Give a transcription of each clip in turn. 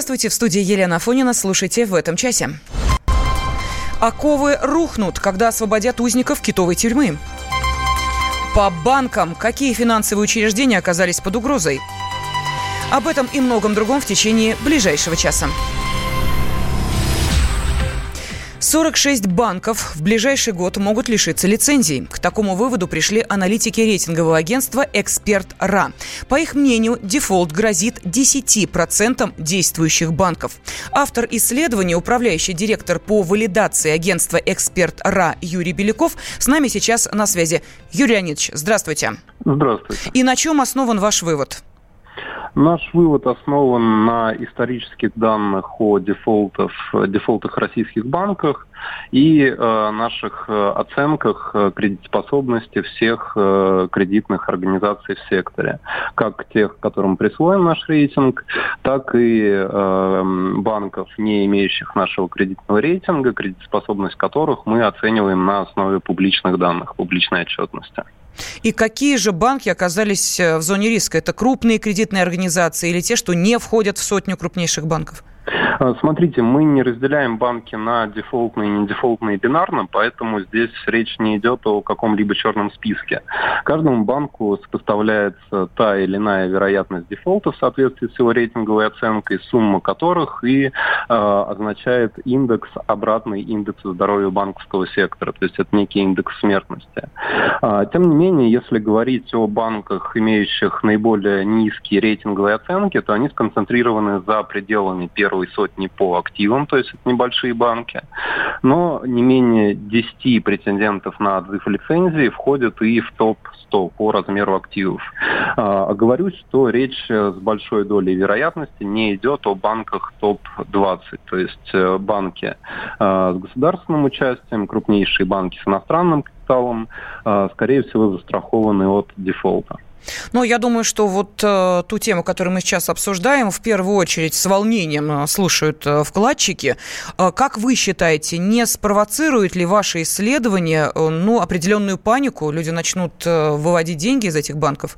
Здравствуйте, в студии Елена Афонина. Слушайте в этом часе. Оковы рухнут, когда освободят узников китовой тюрьмы. По банкам какие финансовые учреждения оказались под угрозой? Об этом и многом другом в течение ближайшего часа. 46 банков в ближайший год могут лишиться лицензий. К такому выводу пришли аналитики рейтингового агентства «Эксперт.ра». По их мнению, дефолт грозит 10% действующих банков. Автор исследования, управляющий директор по валидации агентства «Эксперт.ра» Юрий Беляков с нами сейчас на связи. Юрий Леонидович, здравствуйте. Здравствуйте. И на чем основан ваш вывод? Наш вывод основан на исторических данных о дефолтах российских банках и наших оценках кредитоспособности всех кредитных организаций в секторе. Как тех, которым присвоен наш рейтинг, так и банков, не имеющих нашего кредитного рейтинга, кредитоспособность которых мы оцениваем на основе публичных данных, публичной отчетности. И какие же банки оказались в зоне риска? Это крупные кредитные организации или те, что не входят в сотню крупнейших банков? Смотрите, мы не разделяем банки на дефолтные и недефолтные бинарно, поэтому здесь речь не идет о каком-либо черном списке. Каждому банку сопоставляется та или иная вероятность дефолта в соответствии с его рейтинговой оценкой, сумма которых и означает индекс, обратный индексу здоровья банковского сектора, то есть это некий индекс смертности. Тем не менее, если говорить о банках, имеющих наиболее низкие рейтинговые оценки, то они сконцентрированы за пределами первой сотни по активам, то есть это небольшие банки, но не менее 10 претендентов на отзыв лицензии входят и в топ-100 по размеру активов. Оговорюсь, что речь с большой долей вероятности не идет о банках топ-20, то есть банки с государственным участием, крупнейшие банки с иностранным капиталом, скорее всего, застрахованы от дефолта. Но я думаю, что вот ту тему, которую мы сейчас обсуждаем, в первую очередь с волнением слушают вкладчики. Как вы считаете, не спровоцирует ли ваше исследование определенную панику? Люди начнут выводить деньги из этих банков?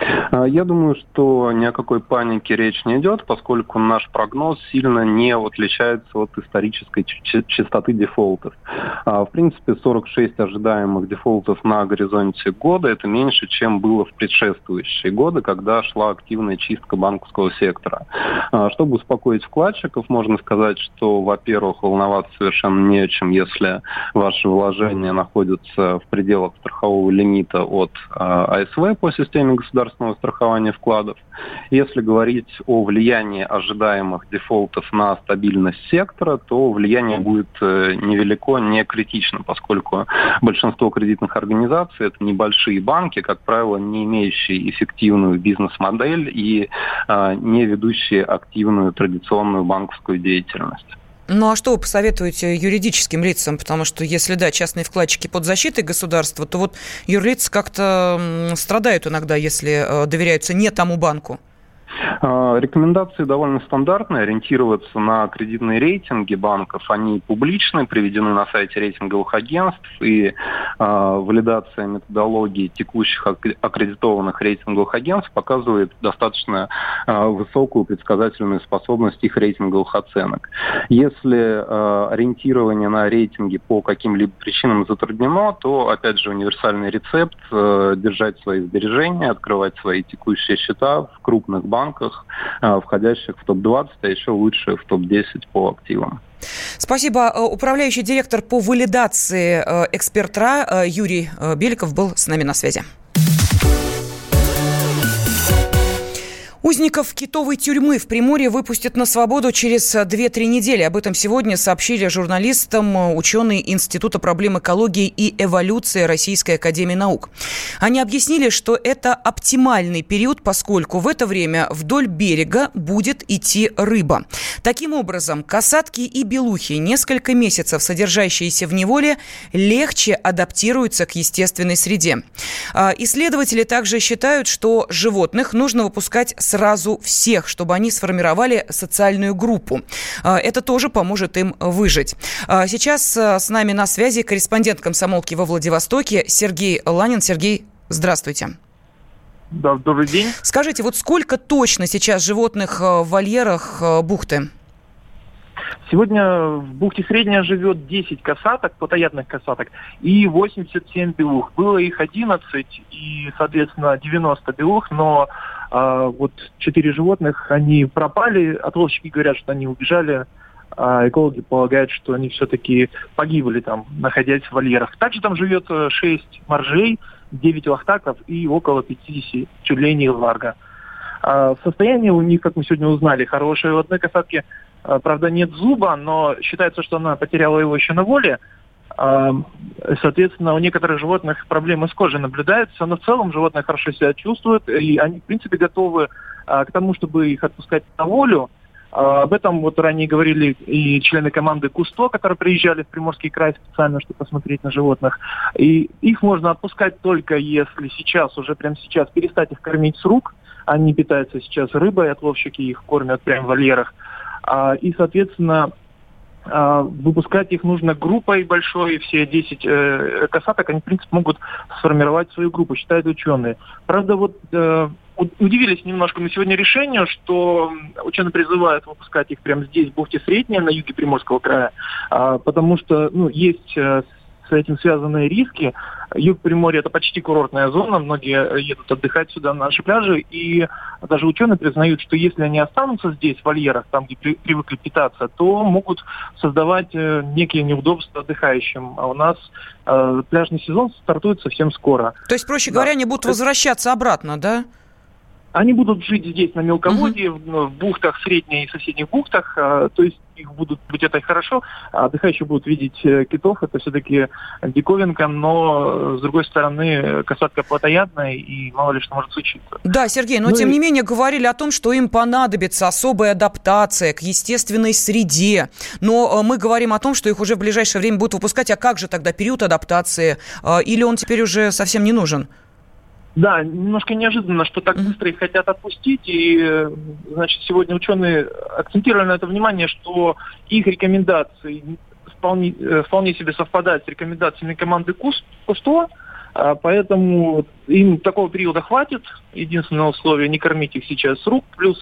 Я думаю, что ни о какой панике речь не идет, поскольку наш прогноз сильно не отличается от исторической частоты дефолтов. В принципе, 46 ожидаемых дефолтов на горизонте года – это меньше, чем было в предшествующие годы, когда шла активная чистка банковского сектора. Чтобы успокоить вкладчиков, можно сказать, что, во-первых, волноваться совершенно не о чем, если ваши вложения находятся в пределах страхового лимита от АСВ по системе государственного страхования вкладов. Если говорить о влиянии ожидаемых дефолтов на стабильность сектора, то влияние будет невелико, не критично, поскольку большинство кредитных организаций – это небольшие банки, как правило, не имеющие эффективную бизнес-модель и не ведущие активную традиционную банковскую деятельность. Ну а что вы посоветуете юридическим лицам? Потому что если, да, частные вкладчики под защитой государства, то вот юрлицы как-то страдают иногда, если доверяются не тому банку. Рекомендации довольно стандартные, ориентироваться на кредитные рейтинги банков. Они публичны, приведены на сайте рейтинговых агентств, и валидация методологии текущих аккредитованных рейтинговых агентств показывает достаточно высокую предсказательную способность их рейтинговых оценок. Если ориентирование на рейтинги по каким-либо причинам затруднено, то, опять же, универсальный рецепт – держать свои сбережения, открывать свои текущие счета в крупных банках, входящих в топ-20, а еще лучше в топ-10 по активам. Спасибо. Управляющий директор по валидации «Эксперт.ра» Юрий Беляков был с нами на связи. Узников китовой тюрьмы в Приморье выпустят на свободу через 2-3 недели. Об этом сегодня сообщили журналистам ученые Института проблем экологии и эволюции Российской академии наук. Они объяснили, что это оптимальный период, поскольку в это время вдоль берега будет идти рыба. Таким образом, касатки и белухи, несколько месяцев содержащиеся в неволе, легче адаптируются к естественной среде. Исследователи также считают, что животных нужно выпускать сразу всех, чтобы они сформировали социальную группу. Это тоже поможет им выжить. Сейчас с нами на связи корреспондент «Комсомолки» во Владивостоке Сергей Ланин. Сергей, здравствуйте. Да, добрый день. Скажите, вот сколько точно сейчас животных в вольерах бухты? Сегодня в бухте Средняя живет 10 касаток, плотоядных касаток, и 87 белух. Было их 11, и, соответственно, 90 белух, но вот 4 животных, они пропали. Отловщики говорят, что они убежали, а экологи полагают, что они все-таки погибли там, находясь в вольерах. Также там живет 6 моржей, 9 лохтаков и около 50 тюленей и ларго. Состояние у них, как мы сегодня узнали, хорошее. У одной касатки, правда, нет зуба, но считается, что она потеряла его еще на воле. Соответственно, у некоторых животных проблемы с кожей наблюдаются, но в целом животные хорошо себя чувствуют, и они, в принципе, готовы к тому, чтобы их отпускать на волю. Об этом вот ранее говорили и члены команды Кусто, которые приезжали в Приморский край специально, чтобы посмотреть на животных. И их можно отпускать только если сейчас, уже прямо сейчас, перестать их кормить с рук. Они питаются сейчас рыбой, отловщики их кормят прямо в вольерах. И, соответственно, выпускать их нужно группой большой. Все 10 касаток, они, в принципе, могут сформировать свою группу, считают ученые. Правда, вот удивились немножко мы сегодня решению, что ученые призывают выпускать их прямо здесь, в бухте Средняя, на юге Приморского края, потому что есть с этим связанные риски. Юг Приморья – это почти курортная зона, многие едут отдыхать сюда на наши пляжи, и даже ученые признают, что если они останутся здесь, в вольерах, там, где привыкли питаться, то могут создавать некие неудобства отдыхающим. А у нас пляжный сезон стартует совсем скоро. То есть, проще говоря, они будут возвращаться обратно, да? Они будут жить здесь на мелководье, в бухтах, средней и соседних бухтах, то есть их будут быть это хорошо, а отдыхающие будут видеть китов, это все-таки диковинка, но, с другой стороны, касатка плотоядная, и мало ли что может случиться. Да, Сергей, но тем не менее говорили о том, что им понадобится особая адаптация к естественной среде, но мы говорим о том, что их уже в ближайшее время будут выпускать, а как же тогда период адаптации, или он теперь уже совсем не нужен? Да, немножко неожиданно, что так быстро их хотят отпустить, и, значит, сегодня ученые акцентировали на это внимание, что их рекомендации вполне себе совпадают с рекомендациями команды Кусто, поэтому им такого периода хватит. Единственное условие – не кормить их сейчас с рук, плюс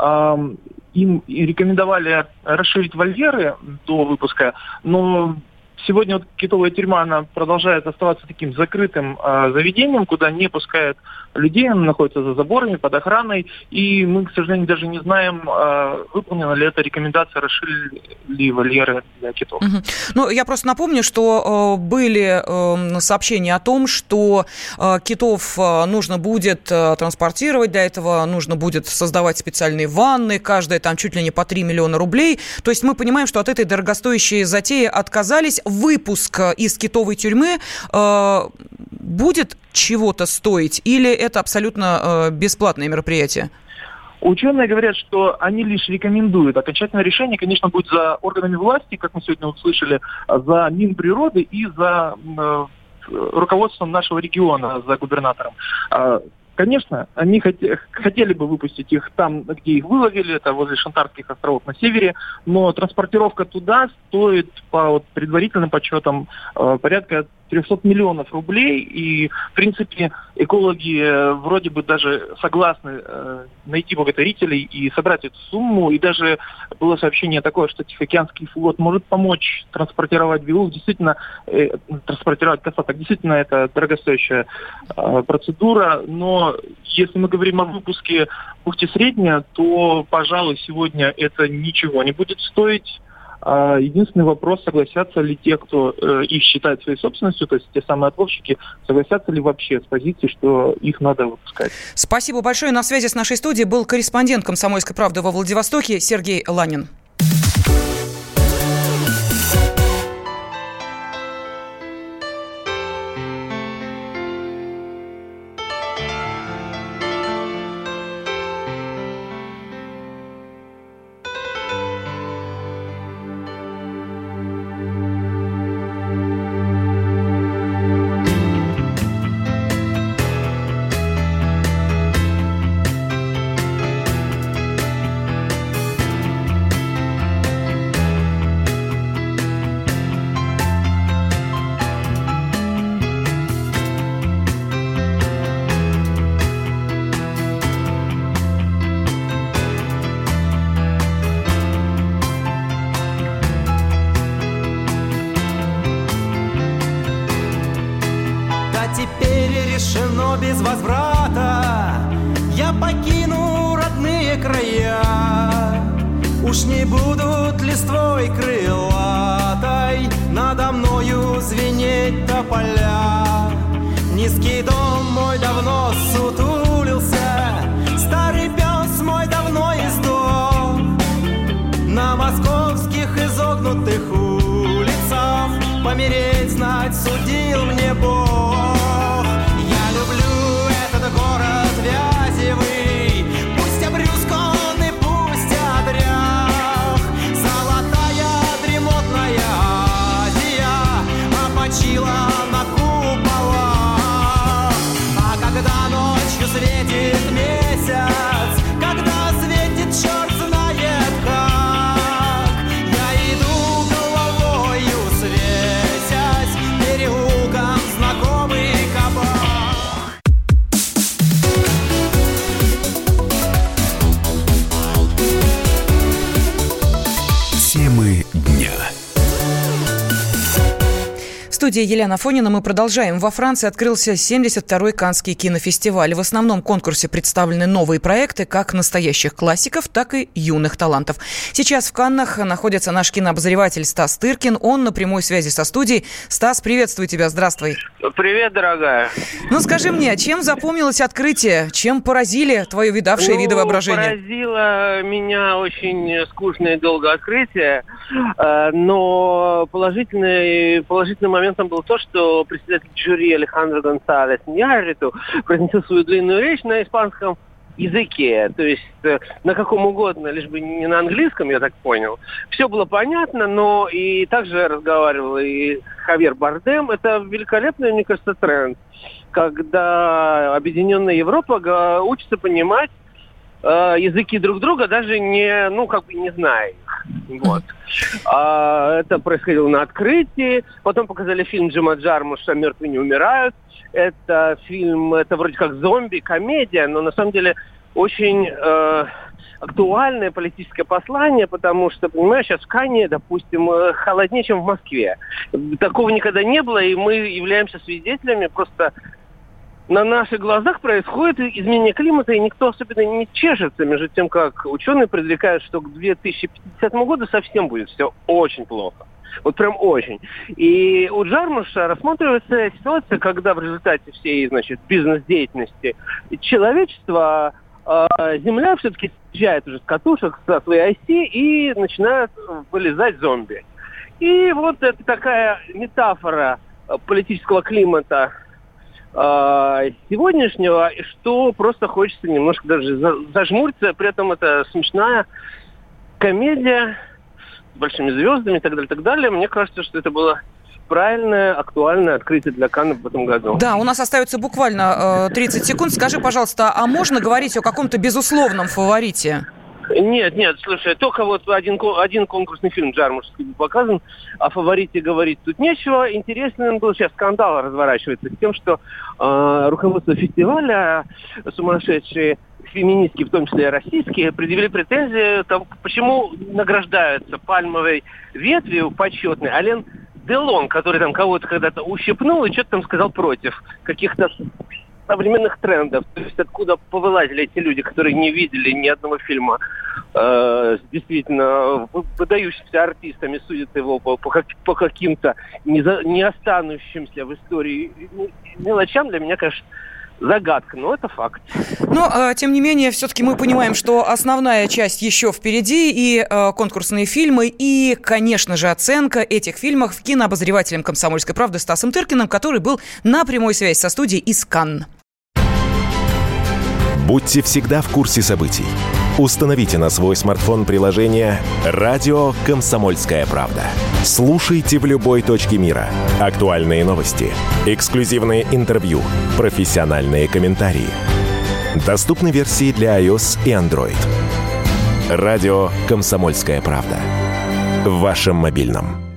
им рекомендовали расширить вольеры до выпуска, но сегодня вот китовая тюрьма, она продолжает оставаться таким закрытым заведением, куда не пускают людей, она находится за заборами, под охраной, и мы, к сожалению, даже не знаем, выполнена ли эта рекомендация, расширили ли вольеры для китов. Ну, я просто напомню, что были сообщения о том, что китов нужно будет транспортировать, для этого нужно будет создавать специальные ванны, каждая там чуть ли не по 3 миллиона рублей. То есть мы понимаем, что от этой дорогостоящей затеи отказались. Выпуск из китовой тюрьмы будет чего-то стоить или это абсолютно бесплатное мероприятие? Ученые говорят, что они лишь рекомендуют. Окончательное решение, конечно, будет за органами власти, как мы сегодня услышали, за Минприроды и за руководством нашего региона, за губернатором. Конечно, они хотели бы выпустить их там, где их выловили, это возле Шантарских островов на севере, но транспортировка туда стоит по предварительным подсчетам порядка 300 миллионов рублей, и, в принципе, экологи вроде бы даже согласны найти богатырителей и собрать эту сумму, и даже было сообщение такое, что Тихоокеанский флот может помочь транспортировать белух, действительно, транспортировать касаток, действительно, это дорогостоящая процедура, но если мы говорим о выпуске в бухте Средняя, то, пожалуй, сегодня это ничего не будет стоить. Единственный вопрос, согласятся ли те, кто их считает своей собственностью, то есть те самые отловщики, согласятся ли вообще с позицией, что их надо выпускать. Спасибо большое. На связи с нашей студией был корреспондент «Комсомольской правды» во Владивостоке Сергей Ланин. решено без возврата. Я покину родные края. Уж не будут листвой крылатой надо мною звенеть тополя. Низкий дом мой давно сутулился, старый пес мой давно издох. На московских изогнутых улицах помереть знать судил мне Бог. Я люблю этот город вязевый, пусть обрюзг он и пусть одрях. Золотая дремотная Азия опочила на куполах. А когда ночью светит месяц, когда светит черт знает как, я иду головою свесясь переулком знакомый кабак. Темы дня. В студии Елена Афонина. Мы продолжаем. Во Франции открылся 72-й Каннский кинофестиваль. В основном конкурсе представлены новые проекты как настоящих классиков, так и юных талантов. Сейчас в Каннах находится наш кинообозреватель Стас Тыркин. Он на прямой связи со студией. Стас, приветствую тебя. Здравствуй. Привет, дорогая. Ну, скажи мне, чем запомнилось открытие? Чем поразили твое видавшее виды воображение? Поразило меня очень скучное и долгое открытие, но положительным моментом был то, что председатель жюри Алехандро Гонсалес Ньярриту произнесил свою длинную речь на испанском языке, то есть на каком угодно, лишь бы не на английском, я так понял. Все было понятно, но и также разговаривал и Хавьер Бардем. Это великолепный, мне кажется, тренд, когда объединенная Европа учится понимать языки друг друга, даже не зная их. Вот. Это происходило на открытии. Потом показали фильм Джима Джармуша «Мертвые не умирают». Это фильм, это вроде как зомби, комедия, но на самом деле очень актуальное политическое послание, потому что, понимаешь, сейчас в Канне, допустим, холоднее, чем в Москве. Такого никогда не было, и мы являемся свидетелями. Просто на наших глазах происходит изменение климата, и никто особенно не чешется, между тем, как ученые предрекают, что к 2050 году совсем будет все очень плохо. Вот прям очень. И у Джармуша рассматривается ситуация, когда в результате всей, бизнес-деятельности человечества Земля все-таки съезжает уже с катушек, со своей оси, и начинают вылезать зомби. И вот это такая метафора политического климата сегодняшнего, что просто хочется немножко даже зажмуриться. При этом это смешная комедия с большими звездами и так далее, так далее. Мне кажется, что это было правильное, актуальное открытие для Каннов в этом году. Да, у нас остается буквально 30 секунд. Скажи, пожалуйста, а можно говорить о каком-то безусловном фаворите? Нет, слушай, только вот один конкурсный фильм Джармушский был показан, о фаворите говорить тут нечего. Интересным был сейчас скандал разворачивается с тем, что руководство фестиваля, сумасшедшие феминистки, в том числе и российские, предъявили претензии, почему награждаются пальмовой ветвью почетной Ален Делон, который там кого-то когда-то ущипнул и что-то там сказал против каких-то современных трендов. То есть откуда повылазили эти люди, которые не видели ни одного фильма с действительно выдающимся артистами, судят его по каким-то не останущимся в истории мелочам, для меня, конечно, загадка, но это факт. Но, тем не менее, все-таки мы понимаем, что основная часть еще впереди, и конкурсные фильмы, и, конечно же, оценка этих фильмов кинообозревателем «Комсомольской правды» Стасом Тыркиным, который был на прямой связи со студией из Канн. Будьте всегда в курсе событий. Установите на свой смартфон приложение «Радио Комсомольская правда». Слушайте в любой точке мира. Актуальные новости, эксклюзивные интервью, профессиональные комментарии. Доступны версии для iOS и Android. «Радио Комсомольская правда». В вашем мобильном.